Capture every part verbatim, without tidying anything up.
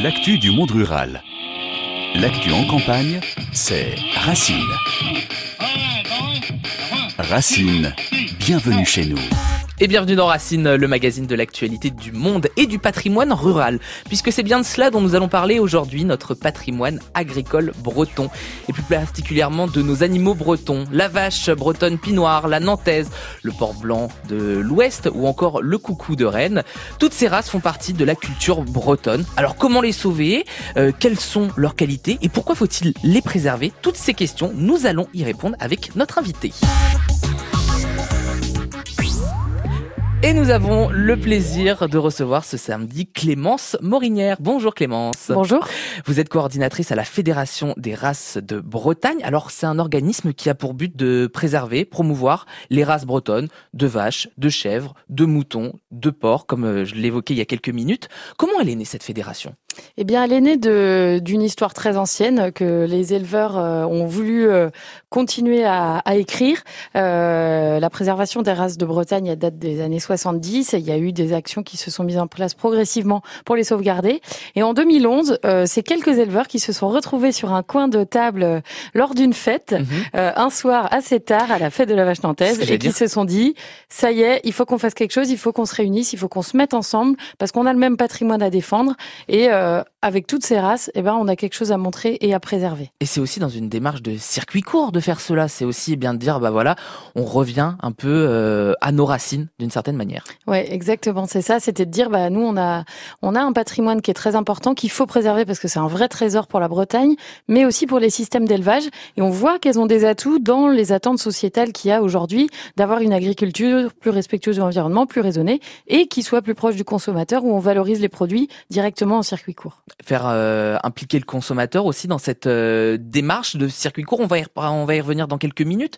l'actu du monde rural. L'actu en campagne, c'est Racine. Racine, bienvenue chez nous. Et bienvenue dans Racine, le magazine de l'actualité du monde et du patrimoine rural. Puisque c'est bien de cela dont nous allons parler aujourd'hui, notre patrimoine agricole breton. Et plus particulièrement de nos animaux bretons. La vache bretonne pinoire, la nantaise, le porc blanc de l'Ouest ou encore le coucou de Rennes. Toutes ces races font partie de la culture bretonne. Alors comment les sauver ? euh, Quelles sont leurs qualités ? Et pourquoi faut-il les préserver ? Toutes ces questions, nous allons y répondre avec notre invité. Et nous avons le plaisir de recevoir ce samedi Clémence Morinière. Bonjour Clémence. Bonjour. Vous êtes coordinatrice à la Fédération des races de Bretagne. Alors c'est un organisme qui a pour but de préserver, promouvoir les races bretonnes de vaches, de chèvres, de moutons, de porcs, comme je l'évoquais il y a quelques minutes. Comment elle est née cette fédération ? Eh bien, elle est née de, d'une histoire très ancienne que les éleveurs euh, ont voulu euh, continuer à, à écrire. Euh, la préservation des races de Bretagne, elle date des années soixante-dix. Et il y a eu des actions qui se sont mises en place progressivement pour les sauvegarder. Et en deux mille onze, euh, c'est quelques éleveurs qui se sont retrouvés sur un coin de table euh, lors d'une fête, mmh. euh, un soir assez tard à la fête de la vache nantaise, et qui se sont dit, ça y est, il faut qu'on fasse quelque chose, il faut qu'on se réunisse, il faut qu'on se mette ensemble, parce qu'on a le même patrimoine à défendre. Et euh, Euh, avec toutes ces races, eh ben, on a quelque chose à montrer et à préserver. Et c'est aussi dans une démarche de circuit court de faire cela. C'est aussi bien de dire, bah voilà, on revient un peu euh, à nos racines d'une certaine manière. Ouais, exactement. C'est ça. C'était de dire, bah nous, on a, on a un patrimoine qui est très important, qu'il faut préserver parce que c'est un vrai trésor pour la Bretagne, mais aussi pour les systèmes d'élevage. Et on voit qu'elles ont des atouts dans les attentes sociétales qu'il y a aujourd'hui, d'avoir une agriculture plus respectueuse de l'environnement, plus raisonnée, et qui soit plus proche du consommateur, où on valorise les produits directement en circuit court. Faire euh, impliquer le consommateur aussi dans cette euh, démarche de circuit court. On va y, on va y revenir dans quelques minutes.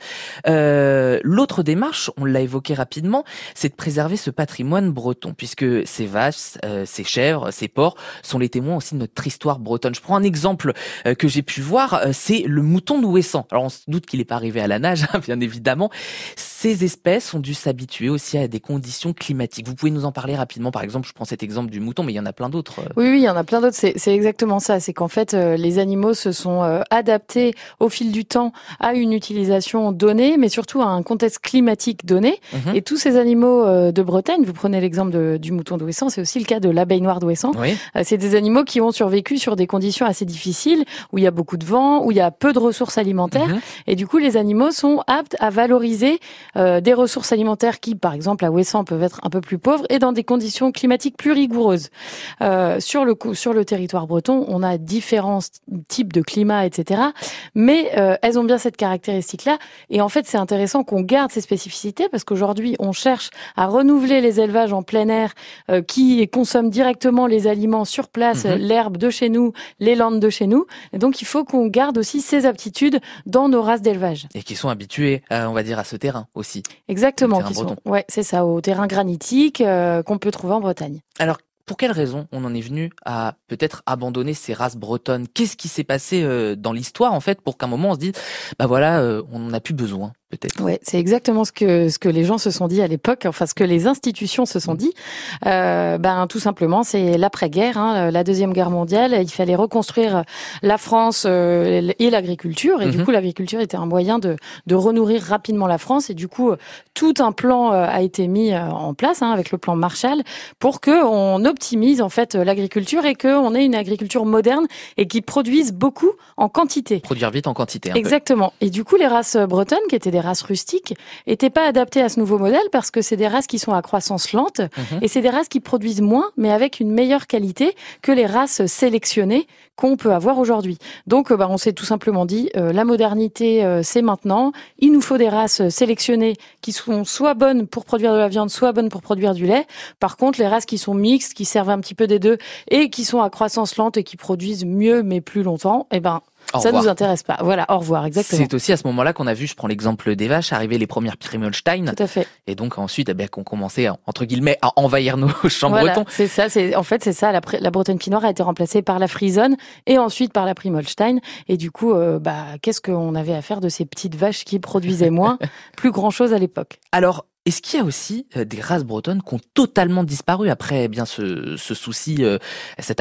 Euh, l'autre démarche, on l'a évoqué rapidement, c'est de préserver ce patrimoine breton, puisque ces vaches, euh, ces chèvres, ces porcs sont les témoins aussi de notre histoire bretonne. Je prends un exemple euh, que j'ai pu voir, euh, c'est le mouton d'Ouessant. Alors on se doute qu'il n'est pas arrivé à la nage, hein, bien évidemment. Ces espèces ont dû s'habituer aussi à des conditions climatiques. Vous pouvez nous en parler rapidement, par exemple, je prends cet exemple du mouton, mais il y en a plein d'autres. Oui, oui, il y en a plein d'autres. C'est, c'est exactement ça. C'est qu'en fait, euh, les animaux se sont euh, adaptés au fil du temps à une utilisation donnée, mais surtout à un contexte climatique donné. Mmh. Et tous ces animaux euh, de Bretagne, vous prenez l'exemple de, du mouton d'Ouessant, c'est aussi le cas de l'abeille noire d'Ouessant. Oui. Euh, c'est des animaux qui ont survécu sur des conditions assez difficiles, où il y a beaucoup de vent, où il y a peu de ressources alimentaires. Mmh. Et du coup, les animaux sont aptes à valoriser euh, des ressources alimentaires qui, par exemple, à Ouessant, peuvent être un peu plus pauvres et dans des conditions climatiques plus rigoureuses. Euh, sur le coup, sur le territoire breton, on a différents types de climats, et cetera. Mais euh, elles ont bien cette caractéristique-là. Et en fait, c'est intéressant qu'on garde ces spécificités parce qu'aujourd'hui, on cherche à renouveler les élevages en plein air euh, qui consomment directement les aliments sur place, mmh. l'herbe de chez nous, les landes de chez nous. Et donc, il faut qu'on garde aussi ces aptitudes dans nos races d'élevage. Et qui sont habitués, euh, on va dire, à ce terrain aussi. Exactement. Terrain qui breton. sont, ouais, c'est ça, au terrain granitique euh, qu'on peut trouver en Bretagne. Alors, pour quelles raisons on en est venu à peut-être abandonner ces races bretonnes ? Qu'est-ce qui s'est passé euh, dans l'histoire en fait pour qu'à un moment on se dise bah voilà euh, on n'en a plus besoin peut-être. Ouais, c'est exactement ce que ce que les gens se sont dit à l'époque, enfin ce que les institutions se sont dit. Euh, ben tout simplement c'est l'après-guerre, hein, la deuxième guerre mondiale. Il fallait reconstruire la France euh, et l'agriculture et mm-hmm. du coup l'agriculture était un moyen de de renourrir rapidement la France et du coup tout un plan euh, a été mis euh, en place hein, avec le plan Marshall pour que on optimise en fait l'agriculture et que on ait une agriculture moderne et qui produise beaucoup en quantité. Produire vite en quantité. Un Exactement. peu. Et du coup les races bretonnes qui étaient des races rustiques n'étaient pas adaptées à ce nouveau modèle parce que c'est des races qui sont à croissance lente mmh. et c'est des races qui produisent moins mais avec une meilleure qualité que les races sélectionnées qu'on peut avoir aujourd'hui. Donc bah, on s'est tout simplement dit euh, la modernité euh, c'est maintenant, il nous faut des races sélectionnées qui sont soit bonnes pour produire de la viande, soit bonnes pour produire du lait. Par contre les races qui sont mixtes, qui servent un petit peu des deux et qui sont à croissance lente et qui produisent mieux mais plus longtemps, eh ben Au ça revoir. nous intéresse pas. Voilà, au revoir, exactement. C'est aussi à ce moment-là qu'on a vu, je prends l'exemple des vaches, arriver les premières Prim-Holstein. Tout à fait. Et donc ensuite, eh bien, qu'on commençait, entre guillemets, à envahir nos champs voilà, bretons. C'est ça, c'est, en fait, c'est ça. La, la Bretonne pinoire a été remplacée par la Frisonne et ensuite par la Prim-Holstein. Et du coup, euh, bah, qu'est-ce qu'on avait à faire de ces petites vaches qui produisaient moins? Plus grand-chose à l'époque. Alors, est-ce qu'il y a aussi euh, des races bretonnes qui ont totalement disparu après eh bien ce, ce souci, euh, cette après-guerre ?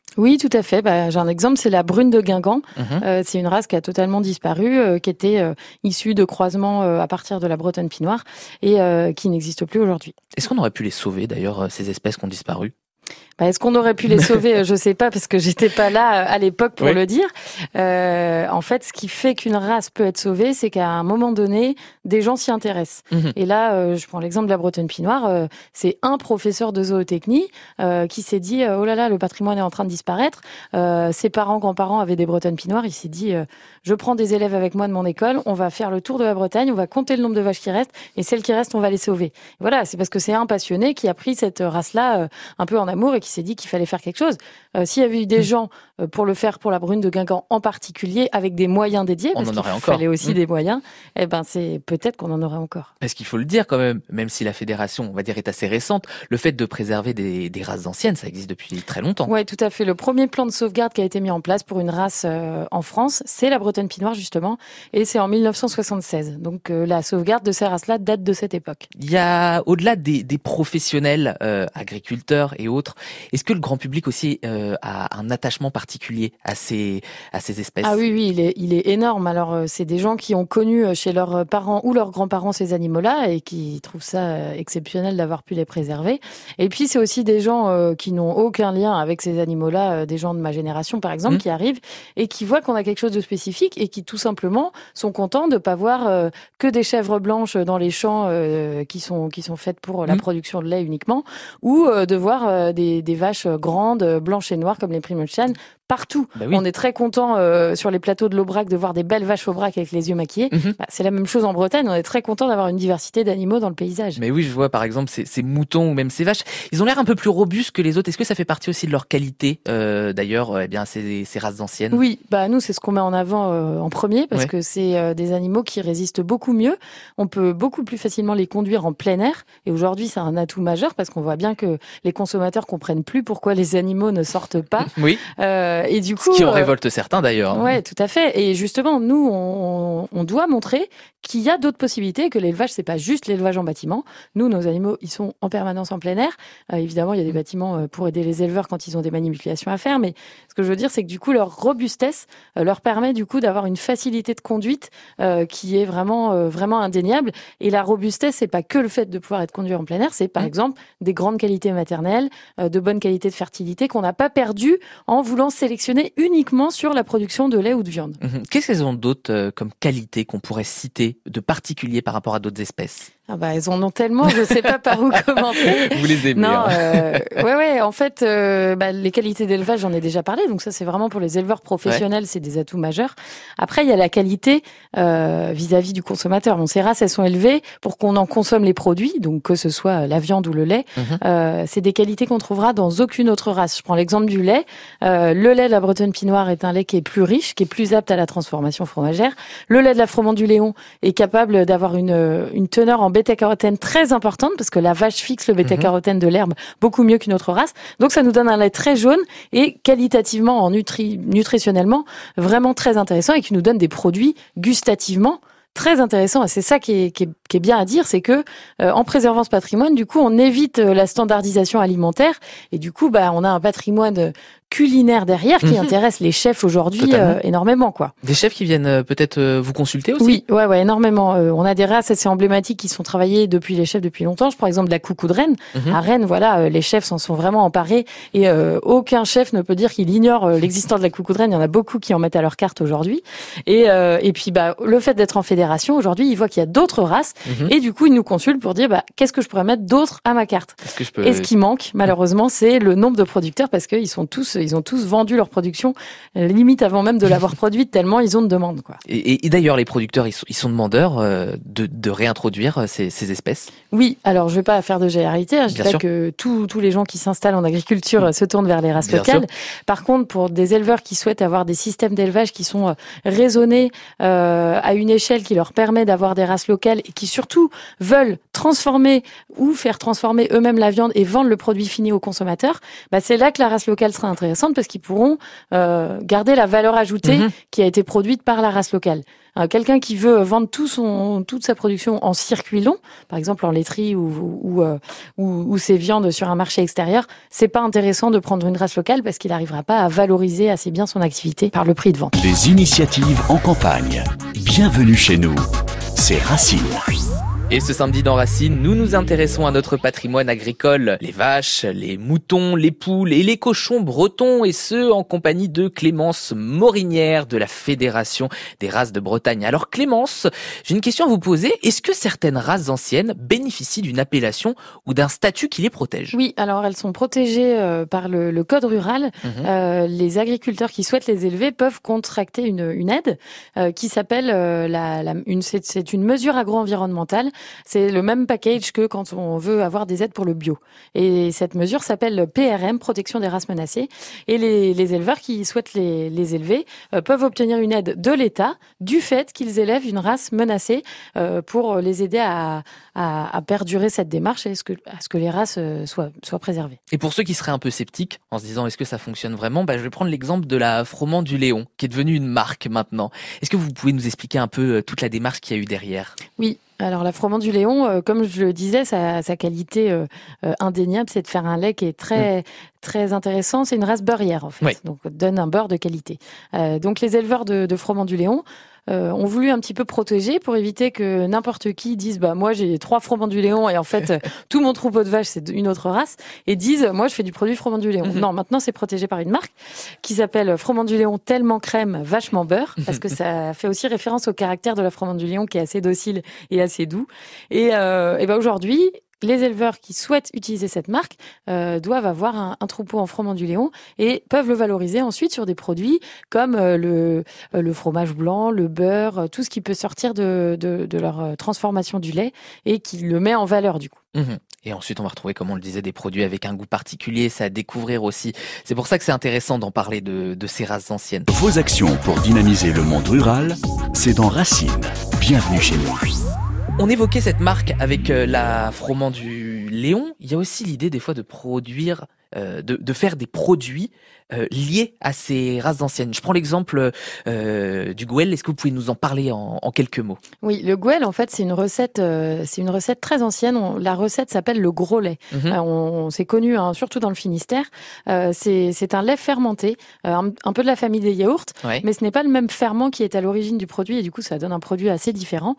Oui, tout à fait. Bah, j'ai un exemple, c'est la brune de Guingamp. Mmh. Euh, c'est une race qui a totalement disparu, euh, qui était euh, issue de croisements euh, à partir de la bretonne pinoire et euh, qui n'existe plus aujourd'hui. Est-ce qu'on aurait pu les sauver d'ailleurs, ces espèces qui ont disparu? Bah, est-ce qu'on aurait pu les sauver? Je sais pas, parce que j'étais pas là à l'époque pour oui. le dire. Euh, en fait, ce qui fait qu'une race peut être sauvée, c'est qu'à un moment donné, des gens s'y intéressent. Mmh. Et là, euh, je prends l'exemple de la bretonne pinoire. Euh, c'est un professeur de zootechnie euh, qui s'est dit euh, oh là là, le patrimoine est en train de disparaître. Euh, ses parents, grands-parents avaient des bretonnes pinoires. Il s'est dit euh, je prends des élèves avec moi de mon école, on va faire le tour de la Bretagne, on va compter le nombre de vaches qui restent, et celles qui restent, on va les sauver. Voilà, c'est parce que c'est un passionné qui a pris cette race-là euh, un peu en amour et qui s'est dit qu'il fallait faire quelque chose. Euh, s'il y avait eu des mmh. gens euh, pour le faire pour la brune de Guingamp en particulier, avec des moyens dédiés, on parce en aurait qu'il encore. fallait aussi mmh. des moyens, eh ben c'est peut-être qu'on en aurait encore. Parce qu'il faut le dire quand même, même si la fédération, on va dire, est assez récente, le fait de préserver des, des races anciennes, ça existe depuis très longtemps. Oui, tout à fait. Le premier plan de sauvegarde qui a été mis en place pour une race euh, en France, c'est la bretonne pinoire justement, et c'est en mille neuf cent soixante-seize. Donc euh, la sauvegarde de ces races-là date de cette époque. Il y a, au-delà des, des professionnels, euh, agriculteurs et autres, est-ce que le grand public aussi euh, a un attachement particulier à ces, à ces espèces? Ah oui, oui, il est, il est énorme. Alors, euh, c'est des gens qui ont connu chez leurs parents ou leurs grands-parents ces animaux-là et qui trouvent ça euh, exceptionnel d'avoir pu les préserver. Et puis, c'est aussi des gens euh, qui n'ont aucun lien avec ces animaux-là, euh, des gens de ma génération, par exemple, mmh. qui arrivent et qui voient qu'on a quelque chose de spécifique et qui, tout simplement, sont contents de ne pas voir euh, que des chèvres blanches dans les champs euh, qui sont, qui sont faites pour la mmh. production de lait uniquement, ou euh, de voir euh, des, des vaches grandes, blanches et noires comme les Primolschan partout. Bah oui. On est très content euh, sur les plateaux de l'Aubrac de voir des belles vaches Aubrac avec les yeux maquillés. Mmh. Bah, c'est la même chose en Bretagne. On est très content d'avoir une diversité d'animaux dans le paysage. Mais oui, je vois par exemple ces, ces moutons ou même ces vaches. Ils ont l'air un peu plus robustes que les autres. Est-ce que ça fait partie aussi de leur qualité euh, d'ailleurs, euh, eh bien ces, ces races anciennes? Oui, bah nous c'est ce qu'on met en avant euh, en premier parce ouais. que c'est euh, des animaux qui résistent beaucoup mieux. On peut beaucoup plus facilement les conduire en plein air. Et aujourd'hui, c'est un atout majeur parce qu'on voit bien que les consommateurs comprennent plus pourquoi les animaux ne sortent pas. Oui. Euh, et du coup, ce qui en révolte euh, certains d'ailleurs. Ouais, tout à fait. Et justement, nous, on, on doit montrer qu'il y a d'autres possibilités, que l'élevage, c'est pas juste l'élevage en bâtiment. Nous, nos animaux, ils sont en permanence en plein air. Euh, évidemment, il y a des bâtiments pour aider les éleveurs quand ils ont des manipulations à faire. Mais ce que je veux dire, c'est que du coup, leur robustesse euh, leur permet du coup d'avoir une facilité de conduite euh, qui est vraiment, euh, vraiment indéniable. Et la robustesse, c'est pas que le fait de pouvoir être conduit en plein air, c'est par mmh. exemple des grandes qualités maternelles, euh, de bonnes qualités de fertilité qu'on n'a pas perdu en voulant sélectionner uniquement sur la production de lait ou de viande. Mmh. Qu'est-ce qu'elles ont d'autres euh, comme qualités qu'on pourrait citer de particulier par rapport à d'autres espèces? Ah bah, elles en ont tellement, je sais pas par où commencer. Vous les aimez. Non, hein. euh, ouais, ouais. En fait, euh, bah, les qualités d'élevage, j'en ai déjà parlé. Donc ça, c'est vraiment pour les éleveurs professionnels, ouais. c'est des atouts majeurs. Après, il y a la qualité euh, vis-à-vis du consommateur. Bon, ces races, elles sont élevées pour qu'on en consomme les produits, donc que ce soit la viande ou le lait. Mm-hmm. Euh, c'est des qualités qu'on trouvera dans aucune autre race. Je prends l'exemple du lait. Euh, le lait de la bretonne pinoire est un lait qui est plus riche, qui est plus apte à la transformation fromagère. Le lait de la froment du Léon est capable d'avoir une, une teneur en bêta-carotène très importante parce que la vache fixe le bêta-carotène de l'herbe beaucoup mieux qu'une autre race. Donc ça nous donne un lait très jaune et qualitativement, en nutri- nutritionnellement, vraiment très intéressant et qui nous donne des produits gustativement très intéressant. Et c'est ça qui est, qui est, qui est bien à dire, c'est que euh, en préservant ce patrimoine, du coup, on évite la standardisation alimentaire et du coup, bah, on a un patrimoine culinaire derrière qui mmh. intéresse les chefs aujourd'hui euh, énormément, quoi. Des chefs qui viennent euh, peut-être euh, vous consulter aussi? Oui, ouais, ouais, énormément. Euh, on a des races assez emblématiques qui sont travaillées depuis les chefs depuis longtemps. Je prends l'exemple de la coucou de Rennes. Mmh. À Rennes, voilà, euh, les chefs s'en sont vraiment emparés et euh, aucun chef ne peut dire qu'il ignore euh, l'existence de la coucou de Rennes. Il y en a beaucoup qui en mettent à leur carte aujourd'hui. Et euh, et puis bah le fait d'être en fédération aujourd'hui, ils voient qu'il y a d'autres races mmh. et du coup ils nous consultent pour dire bah qu'est-ce que je pourrais mettre d'autre à ma carte. Est-ce que je peux... Et ce qui manque malheureusement, c'est le nombre de producteurs parce qu'ils sont tous ils ont tous vendu leur production limite avant même de l'avoir produite tellement ils ont de demandes, quoi. Et, et d'ailleurs les producteurs ils sont, ils sont demandeurs euh, de, de réintroduire ces, ces espèces? Oui, alors je vais pas faire de généralité, hein. Je Bien dis sûr. pas que tous tous les gens qui s'installent en agriculture mmh. se tournent vers les races Bien locales. Sûr. Par contre, pour des éleveurs qui souhaitent avoir des systèmes d'élevage qui sont raisonnés euh, à une échelle qui leur permet d'avoir des races locales et qui surtout veulent transformer ou faire transformer eux-mêmes la viande et vendre le produit fini aux consommateurs, bah c'est là que la race locale sera intéressante parce qu'ils pourront euh, garder la valeur ajoutée mmh. qui a été produite par la race locale. Euh, quelqu'un qui veut vendre tout son, toute sa production en circuit long, par exemple en laiterie ou, ou, ou, euh, ou, ou ses viandes sur un marché extérieur, c'est pas intéressant de prendre une race locale parce qu'il n'arrivera pas à valoriser assez bien son activité par le prix de vente. Les initiatives en campagne. Bienvenue chez nous. C'est Racine. Et ce samedi dans Racine, nous nous intéressons à notre patrimoine agricole, les vaches, les moutons, les poules et les cochons bretons, et ce en compagnie de Clémence Morinière de la Fédération des races de Bretagne. Alors Clémence, j'ai une question à vous poser. Est-ce que certaines races anciennes bénéficient d'une appellation ou d'un statut qui les protège ? Oui, alors elles sont protégées euh, par le, le code rural. Mmh. Euh, les agriculteurs qui souhaitent les élever peuvent contracter une, une aide euh, qui s'appelle euh, la, la une c'est, c'est une mesure agro-environnementale. C'est le même package que quand on veut avoir des aides pour le bio. Et cette mesure s'appelle P R M, protection des races menacées. Et les, les éleveurs qui souhaitent les, les élever euh, peuvent obtenir une aide de l'État du fait qu'ils élèvent une race menacée euh, pour les aider à, à, à perdurer cette démarche et à ce que, à ce que les races euh, soient, soient préservées. Et pour ceux qui seraient un peu sceptiques, en se disant est-ce que ça fonctionne vraiment, bah, je vais prendre l'exemple de la Froment du Léon, qui est devenue une marque maintenant. Est-ce que vous pouvez nous expliquer un peu toute la démarche qu'il y a eu derrière ? Oui. Alors la Froment du Léon, euh, comme je le disais, sa, sa qualité euh, euh, indéniable, c'est de faire un lait qui est très mmh. très intéressant. C'est une race beurrière en fait, oui. Donc donne un beurre de qualité. Euh, donc les éleveurs de, de Froment du Léon euh, ont voulu un petit peu protéger pour éviter que n'importe qui dise bah moi j'ai trois Froment du Léon et en fait tout mon troupeau de vaches c'est une autre race et disent moi je fais du produit Froment du Léon. Mmh. Non, maintenant c'est protégé par une marque qui s'appelle Froment du Léon tellement crème vachement beurre parce que ça fait aussi référence au caractère de la Froment du Léon qui est assez docile et assez doux. Et, euh, et ben aujourd'hui, les éleveurs qui souhaitent utiliser cette marque euh, doivent avoir un, un troupeau en Froment du Léon et peuvent le valoriser ensuite sur des produits comme euh, le, euh, le fromage blanc, le beurre, euh, tout ce qui peut sortir de, de, de leur transformation du lait et qui le met en valeur du coup. Mmh. Et ensuite, on va retrouver, comme on le disait, des produits avec un goût particulier, ça à découvrir aussi. C'est pour ça que c'est intéressant d'en parler de, de ces races anciennes. Vos actions pour dynamiser le monde rural, c'est dans Racine. Bienvenue chez nous. On évoquait cette marque avec la Froment du Léon. Il y a aussi l'idée des fois de produire, euh, de, de faire des produits euh, liés à ces races anciennes. Je prends l'exemple euh, du Gouel. Est-ce que vous pouvez nous en parler en, en quelques mots ? Oui, le Gouel, en fait, c'est une recette, euh, c'est une recette très ancienne. On, la recette s'appelle le gros lait. Mmh. Euh, on, on c'est connu, hein, surtout dans le Finistère. Euh, c'est, c'est un lait fermenté, euh, un, un peu de la famille des yaourts, ouais. Mais ce n'est pas le même ferment qui est à l'origine du produit et du coup, ça donne un produit assez différent.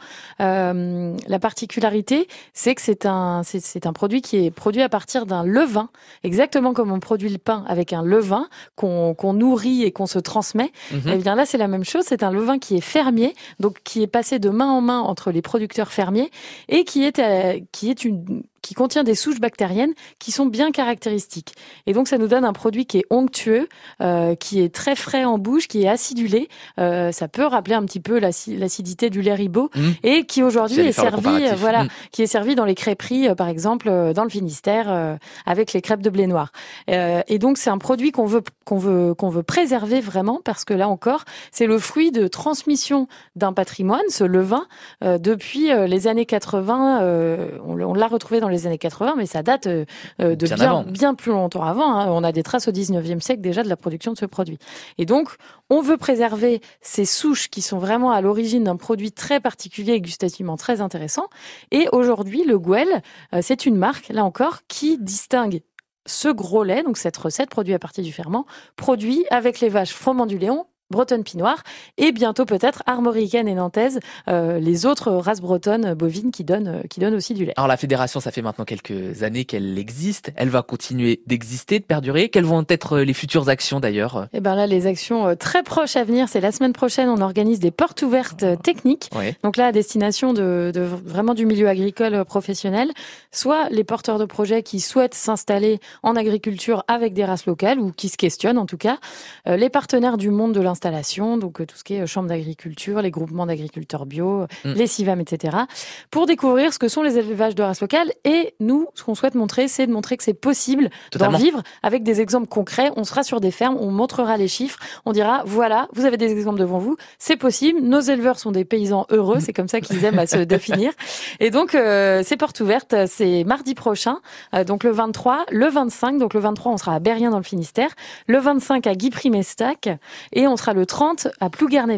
Euh, la particularité, c'est que c'est un, c'est, c'est un produit qui est produit à partir d'un levain, exactement comme on produit le pain avec un levain qu'on, qu'on nourrit et qu'on se transmet. Mmh. Et bien là, c'est la même chose. C'est un levain qui est fermier, donc qui est passé de main en main entre les producteurs fermiers et qui est, euh, qui est une qui contient des souches bactériennes qui sont bien caractéristiques. Et donc, ça nous donne un produit qui est onctueux, euh, qui est très frais en bouche, qui est acidulé. Euh, ça peut rappeler un petit peu l'acid- l'acidité du lait Ribot mmh. et qui aujourd'hui est servi, euh, voilà, mmh. qui est servi dans les crêperies, euh, par exemple, euh, dans le Finistère, euh, avec les crêpes de blé noir. Euh, et donc, c'est un produit qu'on veut, qu'on veut, qu'on veut préserver vraiment parce que là encore, c'est le fruit de transmission d'un patrimoine, ce levain, euh, depuis euh, les années quatre-vingts. Euh, on, on l'a retrouvé dans les années quatre-vingts, mais ça date euh, de bien, bien, bien plus longtemps avant. Hein. On a des traces au dix-neuvième siècle déjà de la production de ce produit. Et donc, on veut préserver ces souches qui sont vraiment à l'origine d'un produit très particulier et gustativement très intéressant. Et aujourd'hui, le Gouel, euh, c'est une marque, là encore, qui distingue ce gros lait, donc cette recette produite à partir du ferment, produit avec les vaches Froment du Léon, bretonne pinoire et bientôt peut-être armoricaine et nantaise, euh, les autres races bretonnes bovines qui donnent, qui donnent aussi du lait. Alors la fédération, ça fait maintenant quelques années qu'elle existe. Elle va continuer d'exister, de perdurer. Quelles vont être les futures actions d'ailleurs ? Eh ben là, les actions très proches à venir, c'est la semaine prochaine, on organise des portes ouvertes techniques. Oui. Donc là, à destination de, de vraiment du milieu agricole professionnel, soit les porteurs de projets qui souhaitent s'installer en agriculture avec des races locales ou qui se questionnent en tout cas, euh, les partenaires du monde de l'installation, donc tout ce qui est chambre d'agriculture, les groupements d'agriculteurs bio, mmh. les C I V A M, et cetera, pour découvrir ce que sont les élevages de races locales. Et nous, ce qu'on souhaite montrer, c'est de montrer que c'est possible Totalement. D'en vivre avec des exemples concrets. On sera sur des fermes, on montrera les chiffres, on dira, voilà, vous avez des exemples devant vous, c'est possible, nos éleveurs sont des paysans heureux, c'est comme ça qu'ils aiment à se définir. Et donc, euh, c'est porte ouverte, c'est mardi prochain, euh, donc le vingt-trois, le vingt-cinq, donc le vingt-trois, on sera à Berrien dans le Finistère, le vingt-cinq à Guipry-Mestac, et on sera le trente à Plouguer-Nével.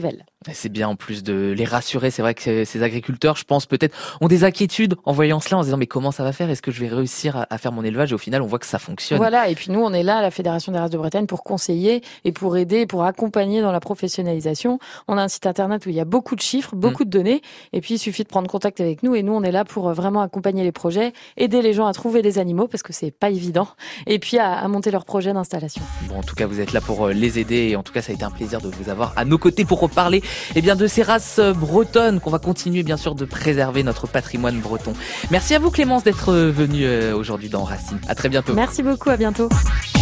C'est bien en plus de les rassurer. C'est vrai que ces agriculteurs, je pense peut-être, ont des inquiétudes en voyant cela, en se disant mais comment ça va faire? Est-ce que je vais réussir à faire mon élevage? Et au final, on voit que ça fonctionne. Voilà, et puis nous, on est là à la Fédération des races de Bretagne pour conseiller et pour aider, pour accompagner dans la professionnalisation. On a un site internet où il y a beaucoup de chiffres, beaucoup mmh. de données, et puis il suffit de prendre contact avec nous. Et nous, on est là pour vraiment accompagner les projets, aider les gens à trouver des animaux parce que c'est pas évident, et puis à, à monter leur projet d'installation. Bon, en tout cas, vous êtes là pour les aider, et en tout cas, ça a été un plaisir de vous avoir à nos côtés pour reparler eh bien, de ces races bretonnes qu'on va continuer bien sûr de préserver notre patrimoine breton. Merci à vous Clémence d'être venue aujourd'hui dans Racine. À très bientôt. Merci beaucoup, à bientôt.